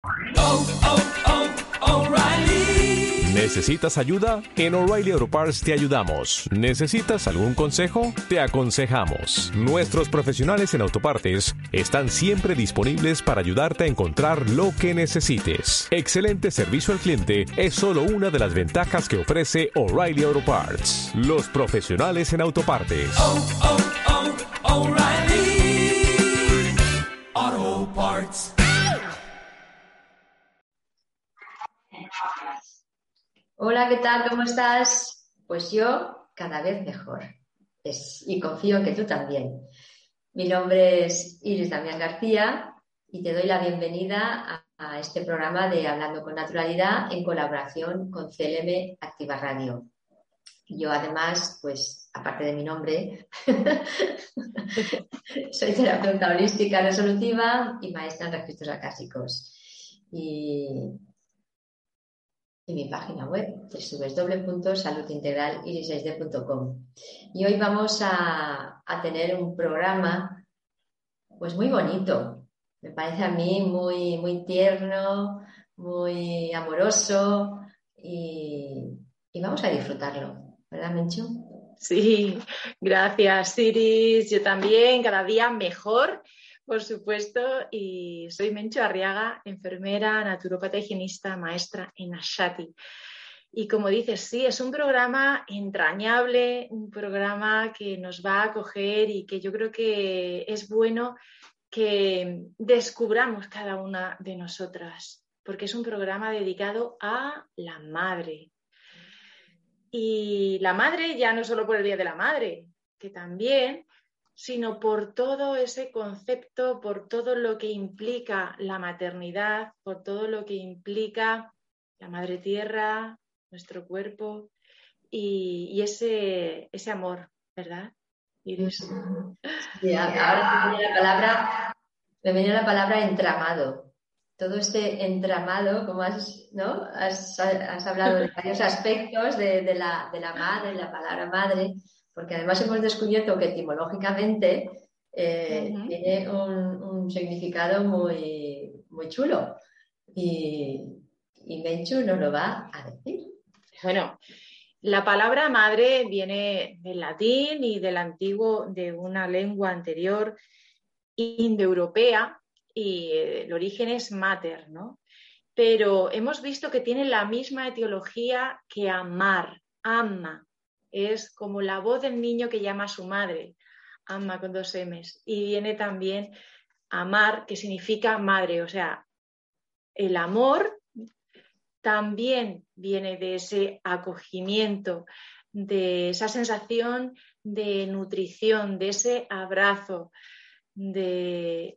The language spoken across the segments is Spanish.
O'Reilly. ¿Necesitas ayuda? En O'Reilly Auto Parts te ayudamos. ¿Necesitas algún consejo? Te aconsejamos. Nuestros profesionales en autopartes están siempre disponibles para ayudarte a encontrar lo que necesites. Excelente servicio al cliente es solo una de las ventajas que ofrece O'Reilly Auto Parts. Los profesionales en autopartes. O'Reilly Auto Parts. Hola, ¿qué tal? ¿Cómo estás? Pues yo cada vez mejor. Y confío en que tú también. Mi nombre es Iris Damián García y te doy la bienvenida a este programa de Hablando con Naturalidad en colaboración con CLM Activa Radio. Yo además, pues aparte de mi nombre, soy terapeuta holística resolutiva y maestra en registros acásicos. Y mi página web, www.saludintegraliris6d.com. Y hoy vamos a tener un programa pues muy bonito. Me parece a mí muy, muy tierno, muy amoroso y vamos a disfrutarlo, ¿verdad, Menchu? Sí, gracias, Iris. Yo también, cada día mejor, por supuesto. Y soy Menchu Arriaga, enfermera, naturópata, higienista, maestra en Ashati. Y como dices, sí, es un programa entrañable, un programa que nos va a acoger y que yo creo que es bueno que descubramos cada una de nosotras, porque es un programa dedicado a la madre. Y la madre ya no solo por el Día de la Madre, que también, sino por todo ese concepto, por todo lo que implica la maternidad, por todo lo que implica la madre tierra, nuestro cuerpo y ese amor, ¿verdad, Iris? Sí, ahora me viene la palabra entramado. Todo este entramado, como has hablado de varios aspectos de la madre, la palabra madre, porque además hemos descubierto que etimológicamente tiene un significado muy, muy chulo. Y Menchu nos lo va a decir. Bueno, la palabra madre viene del latín y del antiguo, de una lengua anterior indoeuropea, y el origen es mater, ¿no? Pero hemos visto que tiene la misma etiología que amar, amma. Es como la voz del niño que llama a su madre, amma con 2 M's. Y viene también amar, que significa madre, o sea, el amor también viene de ese acogimiento, de esa sensación de nutrición, de ese abrazo, de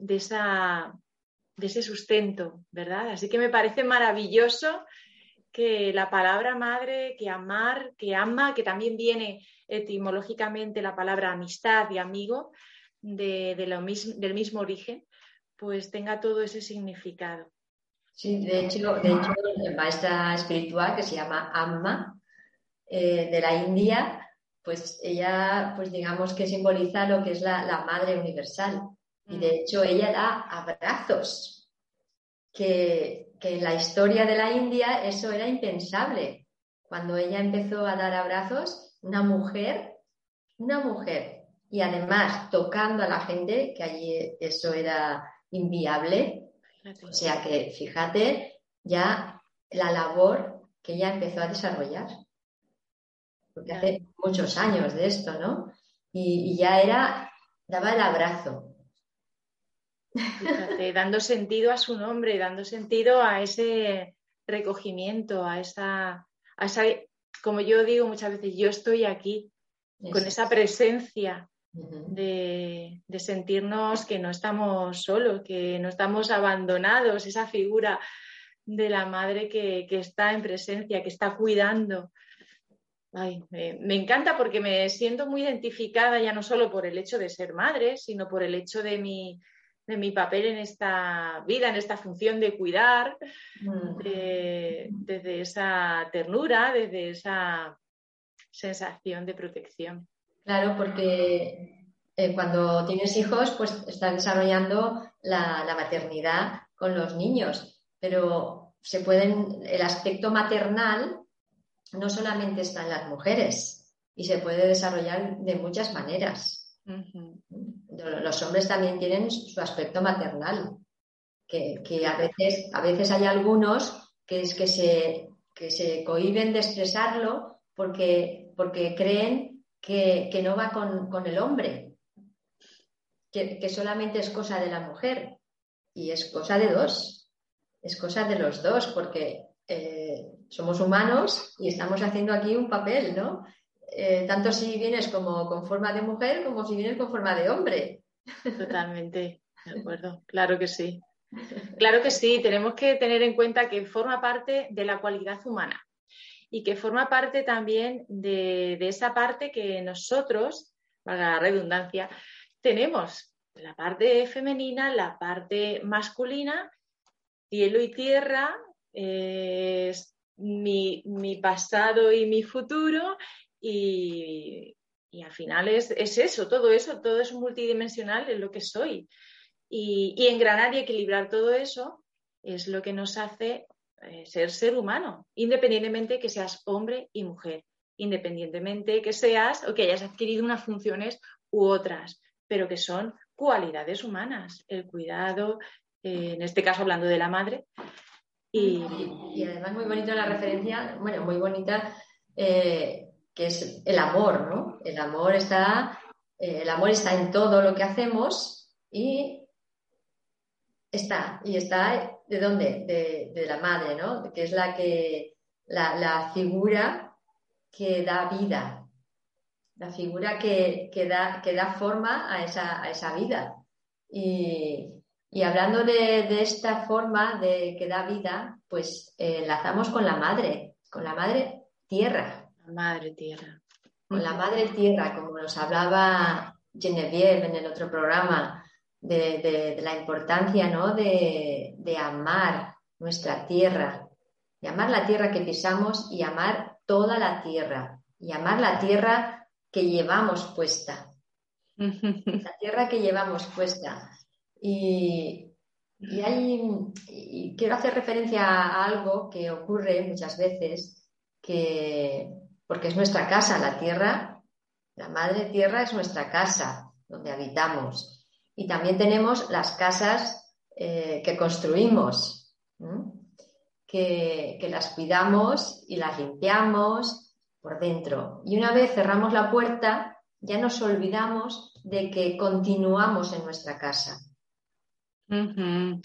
ese sustento, ¿verdad? Así que me parece maravilloso que la palabra madre, que amar, que ama, que también viene etimológicamente la palabra amistad y amigo del mismo origen, pues tenga todo ese significado. Sí, de hecho, la maestra espiritual que se llama Amma, de la India, pues ella, pues digamos que simboliza lo que es la madre universal. Y de hecho ella da abrazos, que en la historia de la India eso era impensable. Cuando ella empezó a dar abrazos, una mujer, y además tocando a la gente, que allí eso era inviable. O sea que, fíjate, ya la labor que ella empezó a desarrollar. Porque hace muchos años de esto, ¿no? Y ya daba el abrazo. Fíjate, dando sentido a su nombre, dando sentido a ese recogimiento, a esa, como yo digo muchas veces, yo estoy aquí, con esa presencia de sentirnos que no estamos solos, que no estamos abandonados, esa figura de la madre que está en presencia, que está cuidando. Ay, me encanta porque me siento muy identificada ya no solo por el hecho de ser madre, sino por el hecho de mi papel en esta vida, en esta función de cuidar, desde esa ternura, desde esa sensación de protección. Claro, porque cuando tienes hijos, pues estás desarrollando la maternidad con los niños. pero el aspecto maternal no solamente está en las mujeres y se puede desarrollar de muchas maneras. Ujú. Los hombres también tienen su aspecto maternal, que a veces hay algunos que se cohíben de expresarlo porque creen que no va con el hombre, que solamente es cosa de la mujer, y es cosa de dos, es cosa de los dos, porque somos humanos y estamos haciendo aquí un papel, ¿no? Tanto si vienes como con forma de mujer como si vienes con forma de hombre. Totalmente, de acuerdo, claro que sí. Claro que sí, tenemos que tener en cuenta que forma parte de la cualidad humana y que forma parte también de esa parte que nosotros, valga la redundancia, tenemos. La parte femenina, la parte masculina, cielo y tierra, es mi pasado y mi futuro y al final es eso, todo es multidimensional, es lo que soy. Y engranar y equilibrar todo eso es lo que nos hace ser humano, independientemente que seas hombre y mujer, independientemente que seas o que hayas adquirido unas funciones u otras, pero que son cualidades humanas, el cuidado, en este caso hablando de la madre. Y además muy bonita la referencia, bueno, muy bonita, que es el amor, ¿no? El amor está en todo lo que hacemos y está ¿de dónde? De la madre, ¿no? Que es la figura que da vida, la figura que da forma a esa vida. Y hablando de esta forma que da vida, pues enlazamos con la madre tierra. La madre tierra. Con la madre tierra, como nos hablaba Genevieve en el otro programa, de la importancia, ¿no? de amar nuestra tierra, de amar la tierra que pisamos y amar toda la tierra, y amar la tierra que llevamos puesta. La tierra que llevamos puesta. Y quiero hacer referencia a algo que ocurre muchas veces, porque es nuestra casa, la tierra, la madre tierra es nuestra casa, donde habitamos. Y también tenemos las casas que construimos, que las cuidamos y las limpiamos por dentro. Y una vez cerramos la puerta, ya nos olvidamos de que continuamos en nuestra casa. Uh-huh.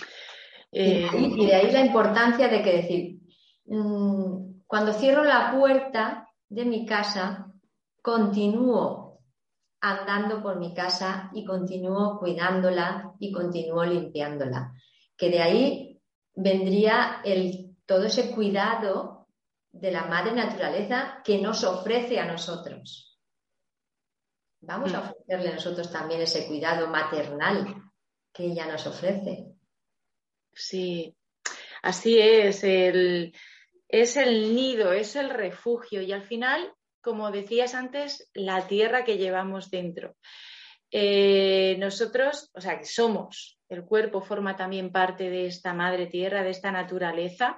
Y de ahí la importancia de que decir, cuando cierro la puerta de mi casa, continúo andando por mi casa y continúo cuidándola y continúo limpiándola. Que de ahí vendría todo ese cuidado de la madre naturaleza que nos ofrece a nosotros. Vamos a ofrecerle a nosotros también ese cuidado maternal que ella nos ofrece. Sí, así es. Es el nido, es el refugio y al final, como decías antes, la tierra que llevamos dentro. Nosotros, o sea, que somos, el cuerpo forma también parte de esta madre tierra, de esta naturaleza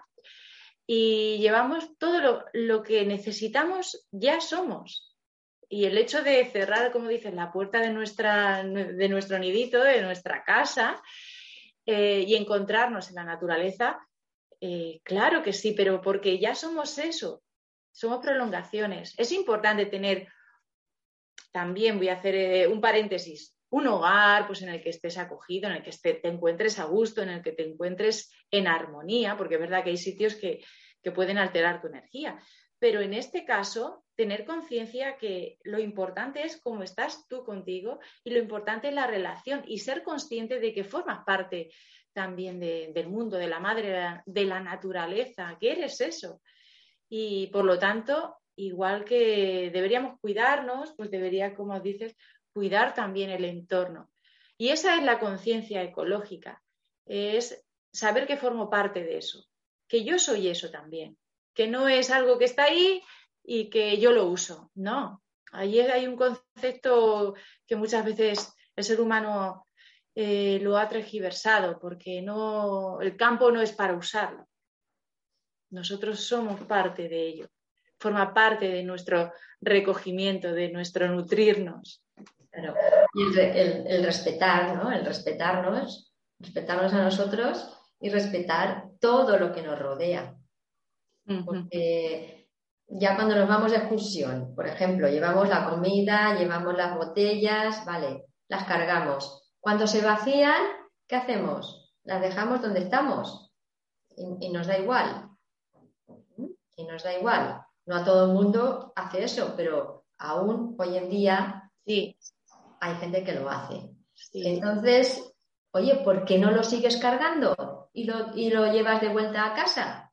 y llevamos todo lo que necesitamos, ya somos. Y el hecho de cerrar, como dices, la puerta de nuestro nidito, de nuestra casa y encontrarnos en la naturaleza, claro que sí, pero porque ya somos eso, somos prolongaciones. Es importante tener, también voy a hacer un paréntesis, un hogar pues, en el que estés acogido, en el que te encuentres a gusto, en el que te encuentres en armonía, porque es verdad que hay sitios que pueden alterar tu energía. Pero en este caso, tener conciencia que lo importante es cómo estás tú contigo y lo importante es la relación y ser consciente de que formas parte también del mundo, de la madre, de la naturaleza, que eres eso. Y por lo tanto, igual que deberíamos cuidarnos, pues debería, como dices, cuidar también el entorno. Y esa es la conciencia ecológica, es saber que formo parte de eso, que yo soy eso también, que no es algo que está ahí y que yo lo uso. No, ahí hay un concepto que muchas veces el ser humano lo ha tergiversado, porque el campo no es para usarlo. Nosotros somos parte de ello. Forma parte de nuestro recogimiento, de nuestro nutrirnos. Claro. Y el respetar, ¿no? El respetarnos a nosotros y respetar todo lo que nos rodea. Porque ya cuando nos vamos de excursión, por ejemplo, llevamos la comida, llevamos las botellas, vale, las cargamos. Cuando se vacían, ¿qué hacemos? Las dejamos donde estamos y nos da igual. Y nos da igual. No a todo el mundo hace eso, pero aún hoy en día sí, hay gente que lo hace. Sí. Entonces, oye, ¿por qué no lo sigues cargando y lo llevas de vuelta a casa?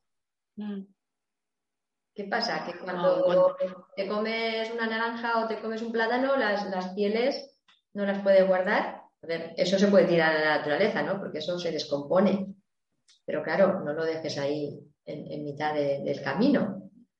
¿Qué pasa? Que cuando te comes una naranja o te comes un plátano, las pieles no las puedes guardar. A ver, eso se puede tirar a la naturaleza, ¿no? Porque eso se descompone. Pero claro, no lo dejes ahí en mitad del camino.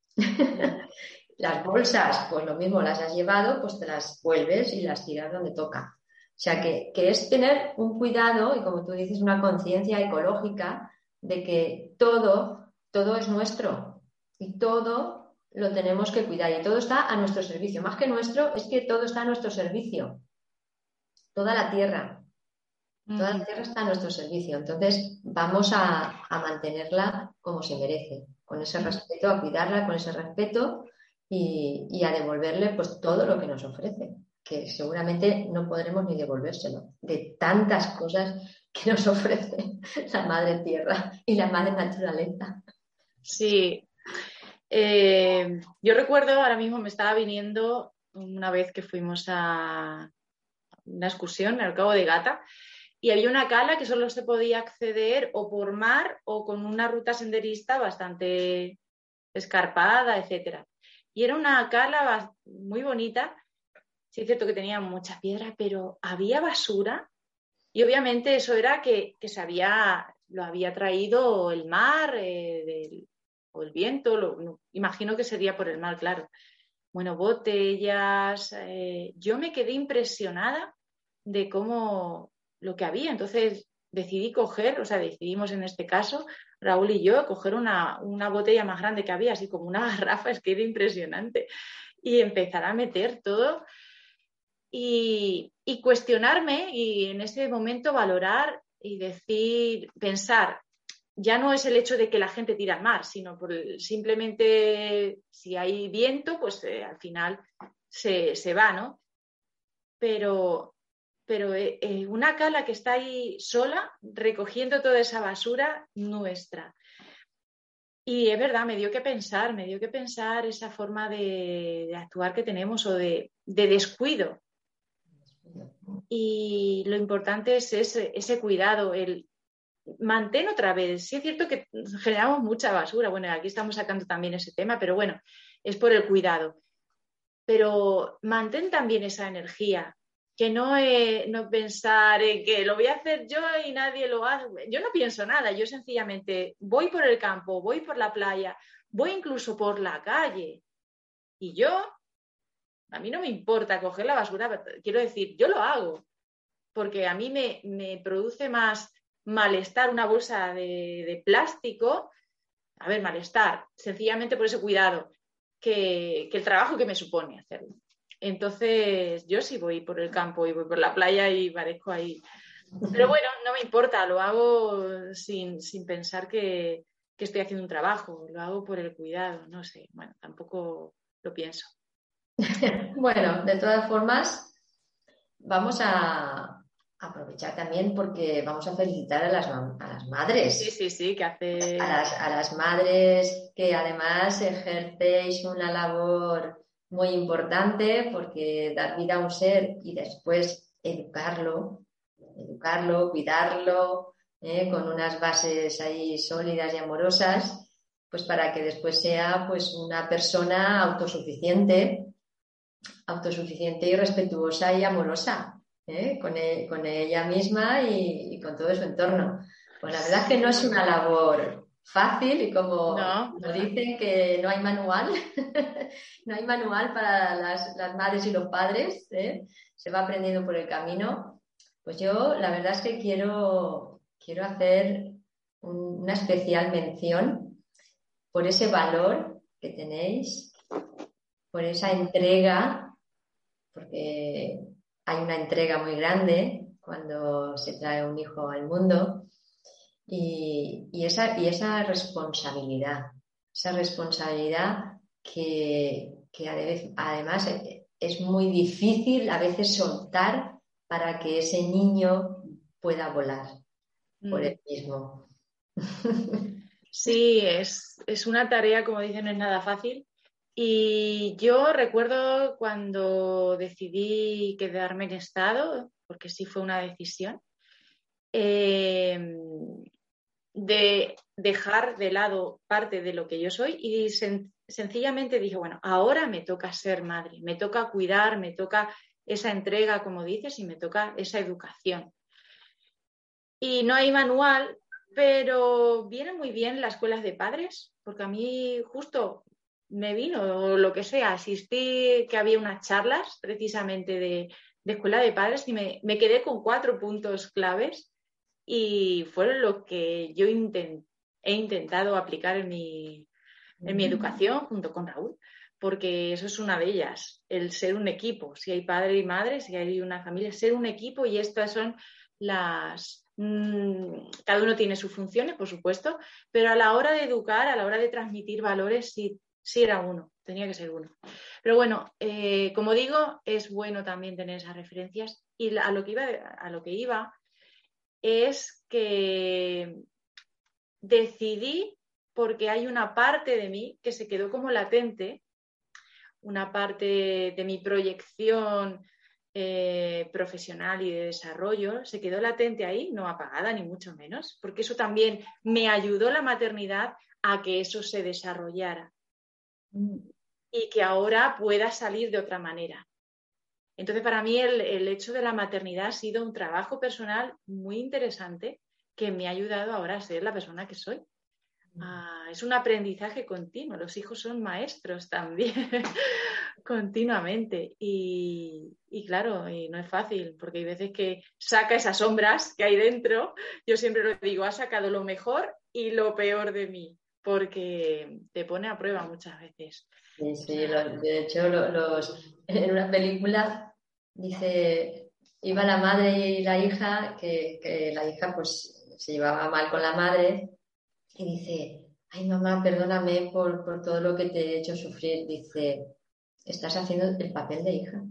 Las bolsas, pues lo mismo, las has llevado, pues te las vuelves y las tiras donde toca. O sea, que es tener un cuidado y, como tú dices, una conciencia ecológica de que todo es nuestro. Y todo lo tenemos que cuidar y todo está a nuestro servicio. Más que nuestro, es que todo está a nuestro servicio. Toda la tierra está a nuestro servicio. Entonces vamos a mantenerla como se merece, con ese respeto, a cuidarla con ese respeto y a devolverle pues todo lo que nos ofrece, que seguramente no podremos ni devolvérselo, de tantas cosas que nos ofrece la madre tierra y la madre naturaleza. Sí. Yo recuerdo, ahora mismo me estaba viniendo una vez que fuimos a una excursión al Cabo de Gata y había una cala que solo se podía acceder o por mar o con una ruta senderista bastante escarpada, etcétera. Y era una cala muy bonita. Sí es cierto que tenía mucha piedra, pero había basura y obviamente eso era que lo había traído el mar o el viento, imagino que sería por el mar, claro. Bueno, botellas, yo me quedé impresionada de cómo lo que había. Entonces decidimos en este caso, Raúl y yo, coger una botella más grande que había, así como una garrafa, es que era impresionante, y empezar a meter todo y cuestionarme y en ese momento valorar y pensar, ya no es el hecho de que la gente tira al mar, sino simplemente si hay viento, pues al final se va, ¿no? Pero una cala que está ahí sola, recogiendo toda esa basura nuestra. Y es verdad, me dio que pensar esa forma de actuar que tenemos o de descuido. Y lo importante es ese cuidado, mantén otra vez. Sí es cierto que generamos mucha basura. Bueno, aquí estamos sacando también ese tema, pero bueno, es por el cuidado. Pero mantén también esa energía, que no pensar en que lo voy a hacer yo y nadie lo hace. Yo no pienso nada, yo sencillamente voy por el campo, voy por la playa, voy incluso por la calle. Y a mí no me importa coger la basura, quiero decir, yo lo hago, porque a mí me produce más malestar una bolsa de plástico, a ver, malestar, sencillamente por ese cuidado, que el trabajo que me supone hacerlo. Entonces, yo sí voy por el campo y voy por la playa y parezco ahí. Pero bueno, no me importa, lo hago sin pensar que estoy haciendo un trabajo, lo hago por el cuidado, no sé, bueno, tampoco lo pienso. Bueno, de todas formas, vamos a aprovechar también porque vamos a felicitar a las madres. Sí, que hace... A las madres que además ejercéis una labor muy importante, porque dar vida a un ser y después educarlo, cuidarlo, con unas bases ahí sólidas y amorosas, pues para que después sea pues una persona autosuficiente y respetuosa y amorosa, con ella misma y con todo su entorno. Pues la verdad es que no es una labor fácil y como dicen que no hay manual, no hay manual para las madres y los padres, se va aprendiendo por el camino, Pues yo la verdad es que quiero hacer una especial mención por ese valor que tenéis, por esa entrega, porque hay una entrega muy grande cuando se trae un hijo al mundo y esa responsabilidad que además es muy difícil a veces soltar para que ese niño pueda volar por él mismo. Sí, es una tarea, como dicen, no es nada fácil. Y yo recuerdo cuando decidí quedarme en estado, porque sí fue una decisión, de dejar de lado parte de lo que yo soy y sencillamente dije, bueno, ahora me toca ser madre, me toca cuidar, me toca esa entrega, como dices, y me toca esa educación. Y no hay manual, pero viene muy bien las escuelas de padres, porque a mí justo me vino lo que sea, asistí que había unas charlas precisamente de escuela de padres y me quedé con 4 puntos claves y fueron lo que yo he intentado aplicar en mi educación junto con Raúl, porque eso es una de ellas, el ser un equipo. Si hay padre y madre, si hay una familia, ser un equipo, y estas son las... cada uno tiene sus funciones, por supuesto, pero a la hora de educar, a la hora de transmitir valores, sí era uno, tenía que ser uno. Pero bueno, como digo, es bueno también tener esas referencias y a lo que iba es que decidí, porque hay una parte de mí que se quedó como latente, una parte de mi proyección profesional y de desarrollo, se quedó latente ahí, no apagada ni mucho menos, porque eso también me ayudó la maternidad a que eso se desarrollara y que ahora pueda salir de otra manera. Entonces, para mí el hecho de la maternidad ha sido un trabajo personal muy interesante que me ha ayudado ahora a ser la persona que soy. Es un aprendizaje continuo. Los hijos son maestros también, continuamente. Y claro, y no es fácil, porque hay veces que saca esas sombras que hay dentro. Yo siempre lo digo, ha sacado lo mejor y lo peor de mí, porque te pone a prueba muchas veces. Sí, de hecho, en una película dice, iba la madre y la hija, que la hija pues se llevaba mal con la madre, y dice, ay mamá, perdóname por todo lo que te he hecho sufrir. Dice, estás haciendo el papel de hija.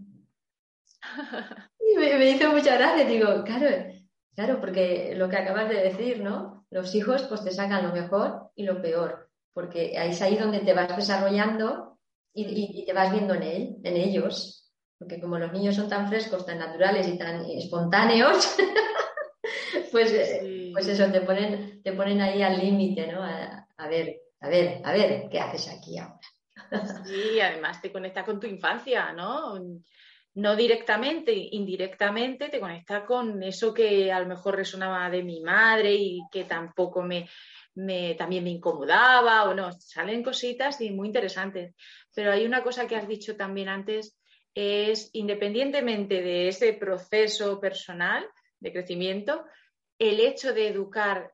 Y me hizo mucha gracia, digo, claro, porque lo que acabas de decir, ¿no? Los hijos pues te sacan lo mejor y lo peor, porque es ahí donde te vas desarrollando y te vas viendo en ellos, porque como los niños son tan frescos, tan naturales y tan espontáneos, pues eso, te ponen ahí al límite, ¿no? A ver, ¿qué haces aquí ahora? Sí, además te conecta con tu infancia, ¿no? No directamente, indirectamente te conecta con eso que a lo mejor resonaba de mi madre y que tampoco también me incomodaba, o no, salen cositas y muy interesantes. Pero hay una cosa que has dicho también antes, es independientemente de ese proceso personal de crecimiento, el hecho de educar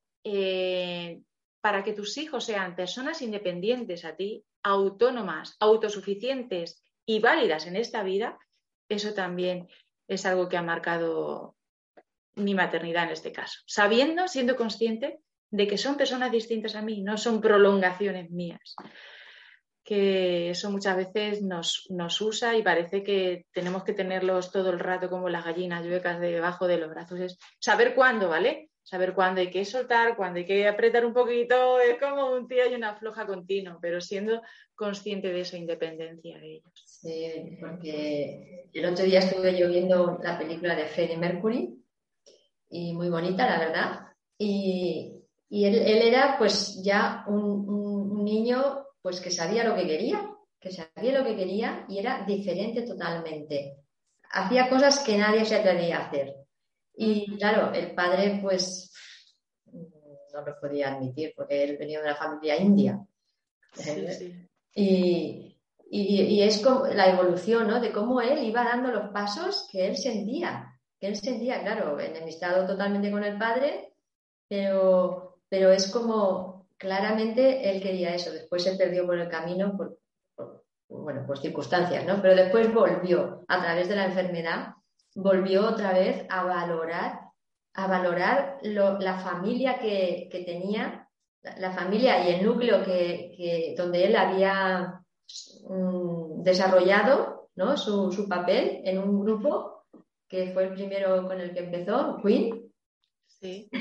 para que tus hijos sean personas independientes a ti, autónomas, autosuficientes y válidas en esta vida, eso también es algo que ha marcado mi maternidad en este caso. Siendo consciente de que son personas distintas a mí, no son prolongaciones mías. Que eso muchas veces nos usa y parece que tenemos que tenerlos todo el rato como las gallinas lluecas debajo de los brazos. Es saber cuándo, ¿vale? Saber cuándo hay que soltar, cuándo hay que apretar un poquito, es como un tiro y una floja continuo, pero siendo consciente de esa independencia de ellos. Sí, porque el otro día estuve yo viendo la película de Freddie Mercury y muy bonita, la verdad. Y él era pues ya un niño pues que sabía lo que quería y era diferente totalmente. Hacía cosas que nadie se atrevía a hacer. Y claro, el padre pues no lo podía admitir porque él venía de una familia india. Sí. Y es como la evolución, ¿no? De cómo él iba dando los pasos que él sentía. que él sentía, claro, enemistado totalmente con el padre, pero es como claramente él quería eso. Después se perdió por el camino por circunstancias, ¿no? Pero después volvió, a través de la enfermedad, volvió otra vez a valorar la familia que tenía, la familia y el núcleo donde él había desarrollado, ¿no? su papel en un grupo que fue el primero con el que empezó, Queen. Sí.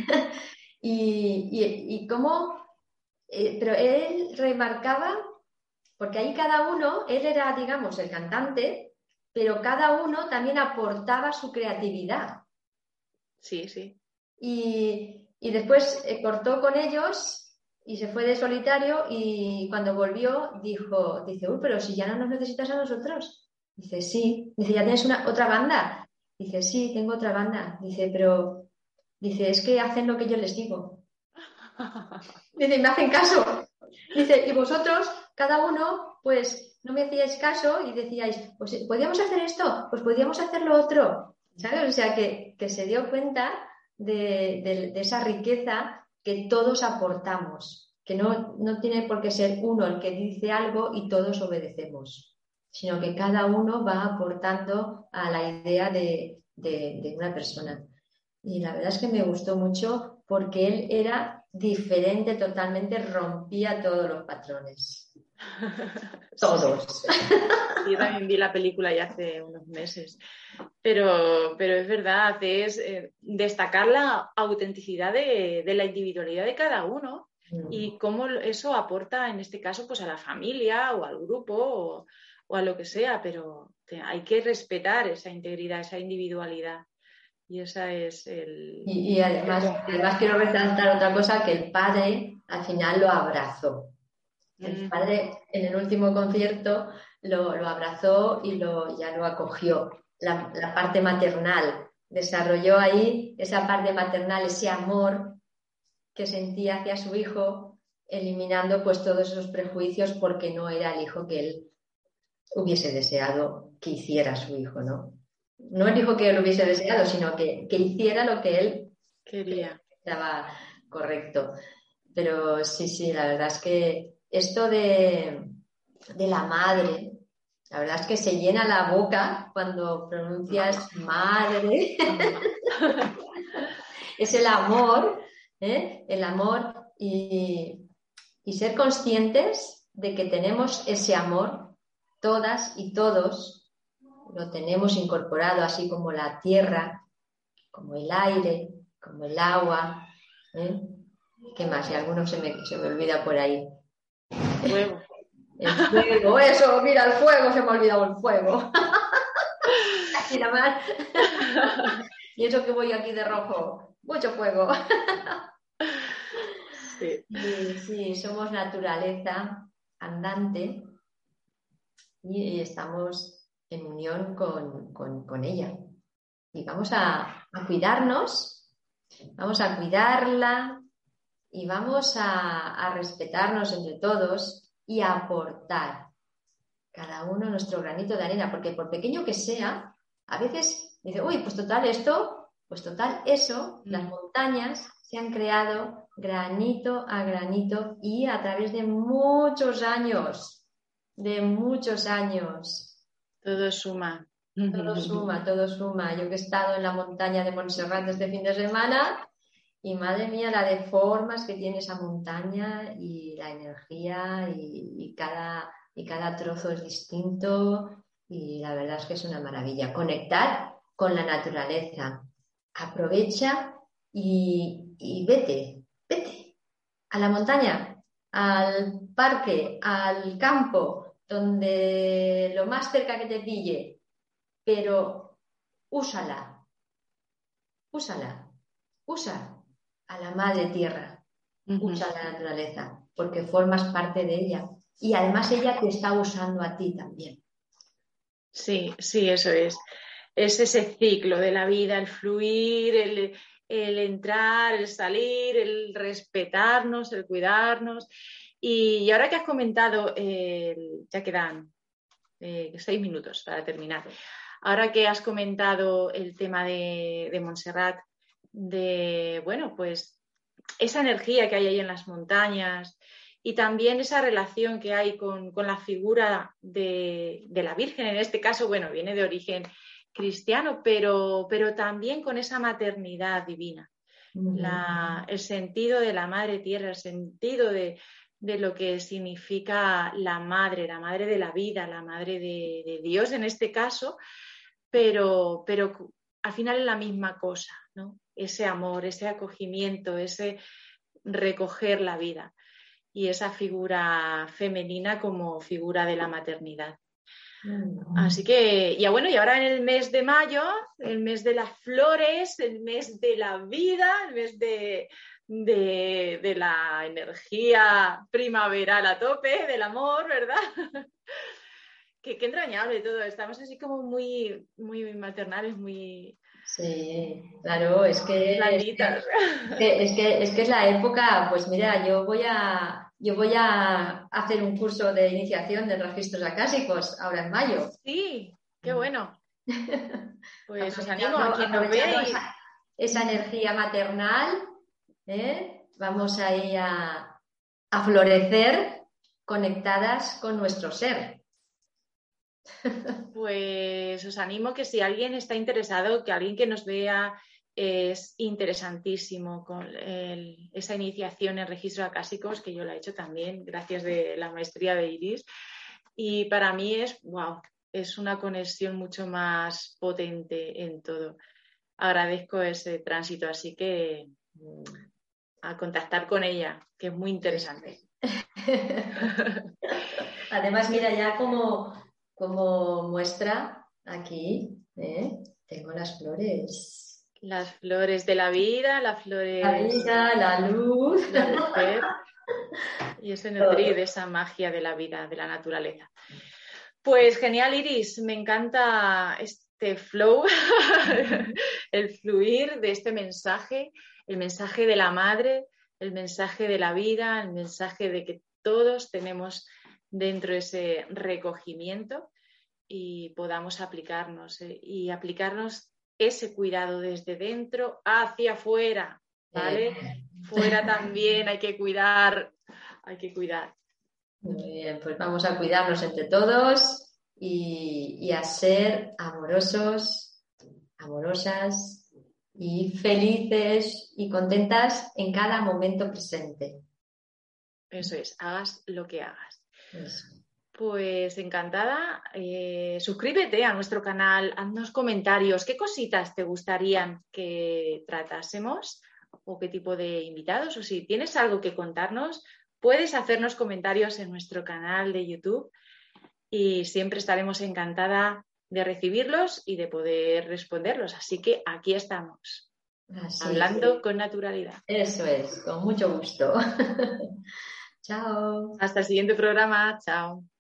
y cómo, pero él remarcaba, porque ahí cada uno, él era, digamos, el cantante, pero cada uno también aportaba su creatividad. Sí, sí. Y después cortó con ellos y se fue de solitario, y cuando volvió dice, uy, pero si ya no nos necesitas a nosotros. Dice, sí. Dice, ¿ya tienes otra banda? Dice, sí, tengo otra banda. Dice, pero es que hacen lo que yo les digo. Dice, me hacen caso. Dice, y vosotros, cada uno, pues no me hacíais caso y decíais, pues podíamos hacer esto, pues podíamos hacer lo otro. ¿Sabes? O sea, que se dio cuenta de esa riqueza que todos aportamos, que no tiene por qué ser uno el que dice algo y todos obedecemos, sino que cada uno va aportando a la idea de una persona. Y la verdad es que me gustó mucho porque él era diferente totalmente, rompía todos los patrones. Todos. Yo también vi la película ya hace unos meses, pero es verdad, es destacar la autenticidad de la individualidad de cada uno y cómo eso aporta, en este caso, pues a la familia o al grupo o a lo que sea, pero hay que respetar esa integridad, esa individualidad. Y esa es el... Y además quiero resaltar otra cosa, que el padre al final lo abrazó. El padre en el último concierto lo abrazó y ya lo acogió. La parte maternal. Desarrolló ahí esa parte maternal, ese amor que sentía hacia su hijo, eliminando pues todos esos prejuicios porque no era el hijo que él hubiese deseado que hiciera su hijo, ¿no? No el hijo que él hubiese deseado, sino que hiciera lo que él quería. Estaba correcto. Pero sí, la verdad es que esto de la madre, la verdad es que se llena la boca cuando pronuncias madre. Es el amor, el amor y ser conscientes de que tenemos ese amor, todas y todos lo tenemos incorporado, así como la tierra, como el aire, como el agua. ¿Qué más? Y alguno se me olvida por ahí. Fuego. El fuego, eso, mira, el fuego, se me ha olvidado el fuego. Aquí nada más. Y eso que voy aquí de rojo, mucho fuego. Sí. Sí, somos naturaleza andante y estamos en unión con ella. Y vamos a cuidarnos, vamos a cuidarla y vamos a respetarnos entre todos y a aportar cada uno nuestro granito de arena, porque por pequeño que sea, a veces dice, uy, pues total esto, pues total eso, las montañas se han creado granito a granito y a través de muchos años, Todo suma. Todo suma, todo suma. Yo que he estado en la montaña de Montserrat este fin de semana y madre mía, la de formas que tiene esa montaña y la energía y cada trozo es distinto y la verdad es que es una maravilla. Conectar con la naturaleza. Aprovecha y vete a la montaña, al parque, al campo, donde lo más cerca que te pille. Pero usa a la madre tierra, usa a la naturaleza, porque formas parte de ella y además ella te está usando a ti también. Sí, eso es. Es ese ciclo de la vida, el fluir, el entrar, el salir, el respetarnos, el cuidarnos. Y ahora que has comentado, ya quedan 6 minutos para terminar. Ahora que has comentado el tema de Montserrat, pues esa energía que hay ahí en las montañas y también esa relación que hay con la figura de la Virgen, en este caso, viene de origen cristiano, pero también con esa maternidad divina. El sentido de la Madre Tierra, el sentido de lo que significa la madre de la vida, la madre de Dios en este caso, pero al final es la misma cosa, ¿no? Ese amor, ese acogimiento, ese recoger la vida y esa figura femenina como figura de la maternidad. Así que, y ahora en el mes de mayo, el mes de las flores, el mes de la vida, el mes de la energía primaveral a tope, del amor, ¿verdad? Qué entrañable todo. Estamos así como muy, muy maternales, muy... Sí, claro, es que blanditas. Es la época. Pues mira, yo voy a hacer un curso de iniciación de registros acásicos ahora en mayo. Sí, qué bueno. Pues os animo a quien nos vea esa energía maternal, vamos ahí a florecer conectadas con nuestro ser. Pues os animo que si alguien está interesado, que alguien que nos vea, es interesantísimo con esa iniciación en registros acásicos, que yo la he hecho también gracias de la maestría de Iris, y para mí es una conexión mucho más potente en todo. Agradezco ese tránsito, así que a contactar con ella, que es muy interesante. Además, mira, ya como muestra aquí, tengo las flores. Las flores de la vida, las flores... La vida, la luz. Y ese nutrir de esa magia de la vida, de la naturaleza. Pues genial, Iris, me encanta este flow, el fluir de este mensaje, el mensaje de la madre, el mensaje de la vida, el mensaje de que todos tenemos dentro ese recogimiento y podamos aplicarnos y aplicarnos ese cuidado desde dentro hacia afuera, ¿vale? Fuera también hay que cuidar, Muy bien, pues vamos a cuidarnos entre todos y a ser amorosos, amorosas y felices y contentas en cada momento presente. Eso es, hagas lo que hagas. Eso. Pues encantada. Suscríbete a nuestro canal, haznos comentarios. ¿Qué cositas te gustarían que tratásemos? ¿O qué tipo de invitados? O si tienes algo que contarnos, puedes hacernos comentarios en nuestro canal de YouTube y siempre estaremos encantada de recibirlos y de poder responderlos. Así que aquí estamos, hablando con naturalidad. Eso es, con mucho gusto. Chao. Hasta el siguiente programa. Chao.